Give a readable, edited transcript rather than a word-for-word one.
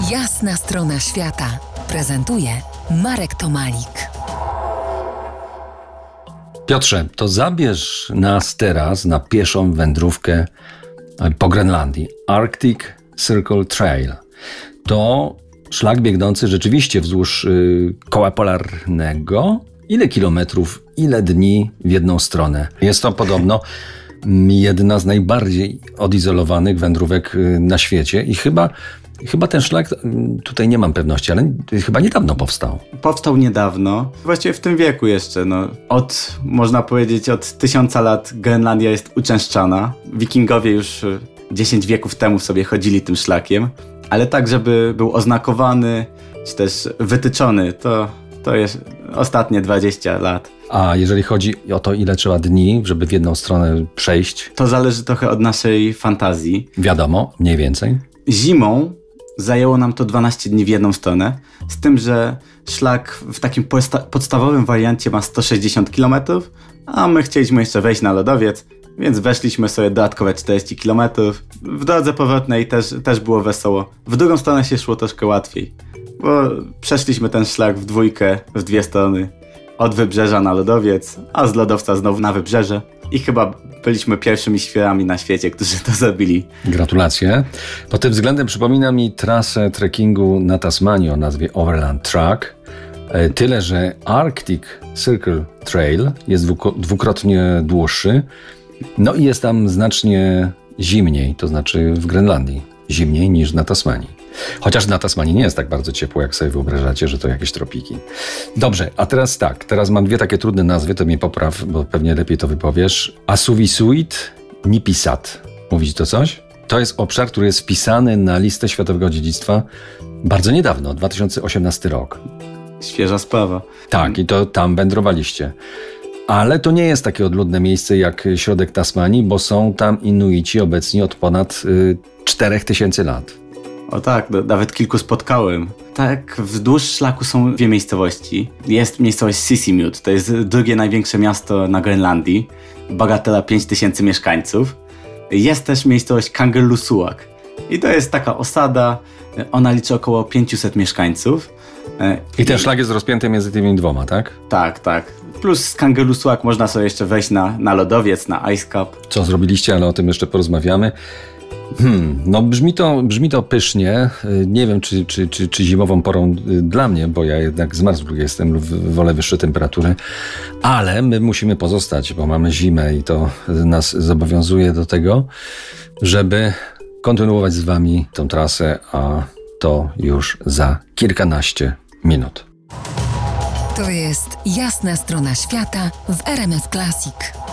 Jasna strona świata prezentuje Marek Tomalik. Piotrze, to zabierz nas teraz na pieszą wędrówkę po Grenlandii. Arctic Circle Trail. To szlak biegnący rzeczywiście wzdłuż koła polarnego. Ile kilometrów, ile dni w jedną stronę. Jest to podobno jedna z najbardziej odizolowanych wędrówek na świecie i chyba ten szlak, tutaj nie mam pewności, ale chyba niedawno powstał. Powstał niedawno, właściwie w tym wieku jeszcze. Można powiedzieć, od 1000 lat Grenlandia jest uczęszczana. Wikingowie już 10 wieków temu sobie chodzili tym szlakiem, ale tak, żeby był oznakowany, czy też wytyczony, to jest ostatnie 20 lat. A jeżeli chodzi o to, ile trzeba dni, żeby w jedną stronę przejść? To zależy trochę od naszej fantazji. Wiadomo, mniej więcej. Zimą zajęło nam to 12 dni w jedną stronę, z tym, że szlak w takim podstawowym wariancie ma 160 km, a my chcieliśmy jeszcze wejść na lodowiec, więc weszliśmy sobie dodatkowe 40 km. W drodze powrotnej też było wesoło. W drugą stronę się szło troszkę łatwiej, bo przeszliśmy ten szlak w dwójkę, w dwie strony. Od wybrzeża na lodowiec, a z lodowca znowu na wybrzeże. I chyba byliśmy pierwszymi świerami na świecie, którzy to zrobili. Gratulacje. Pod tym względem przypomina mi trasę trekkingu na Tasmanii o nazwie Overland Track. Tyle, że Arctic Circle Trail jest dwukrotnie dłuższy. No i jest tam znacznie zimniej, to znaczy w Grenlandii. Zimniej niż na Tasmanii. Chociaż na Tasmanii nie jest tak bardzo ciepło, jak sobie wyobrażacie, że to jakieś tropiki. Dobrze, a teraz tak. Teraz mam dwie takie trudne nazwy, to mnie popraw, bo pewnie lepiej to wypowiesz. Asuvisuit Nipisat. Mówić to coś? To jest obszar, który jest wpisany na listę Światowego Dziedzictwa bardzo niedawno, 2018 rok. Świeża sprawa. Tak, i to tam wędrowaliście. Ale to nie jest takie odludne miejsce jak środek Tasmanii, bo są tam Inuici obecni od ponad 4000 lat. O tak, nawet kilku spotkałem. Tak, wzdłuż szlaku są dwie miejscowości. Jest miejscowość Sisimiut, to jest drugie największe miasto na Grenlandii. Bagatela 5000 mieszkańców. Jest też miejscowość Kangerlussuaq. I to jest taka osada, ona liczy około 500 mieszkańców. I ten szlak jest rozpięty między tymi dwoma, tak? Tak. Plus z Kangerlussuaq można sobie jeszcze wejść na lodowiec, na Ice Cap. Co zrobiliście, ale o tym jeszcze porozmawiamy. No brzmi to pysznie. Nie wiem, czy zimową porą dla mnie, bo ja jednak zmarzły jestem, wolę wyższe temperatury. Ale my musimy pozostać, bo mamy zimę i to nas zobowiązuje do tego, żeby kontynuować z wami tą trasę, a to już za kilkanaście minut. To jest Jasna strona świata w RMF Classic.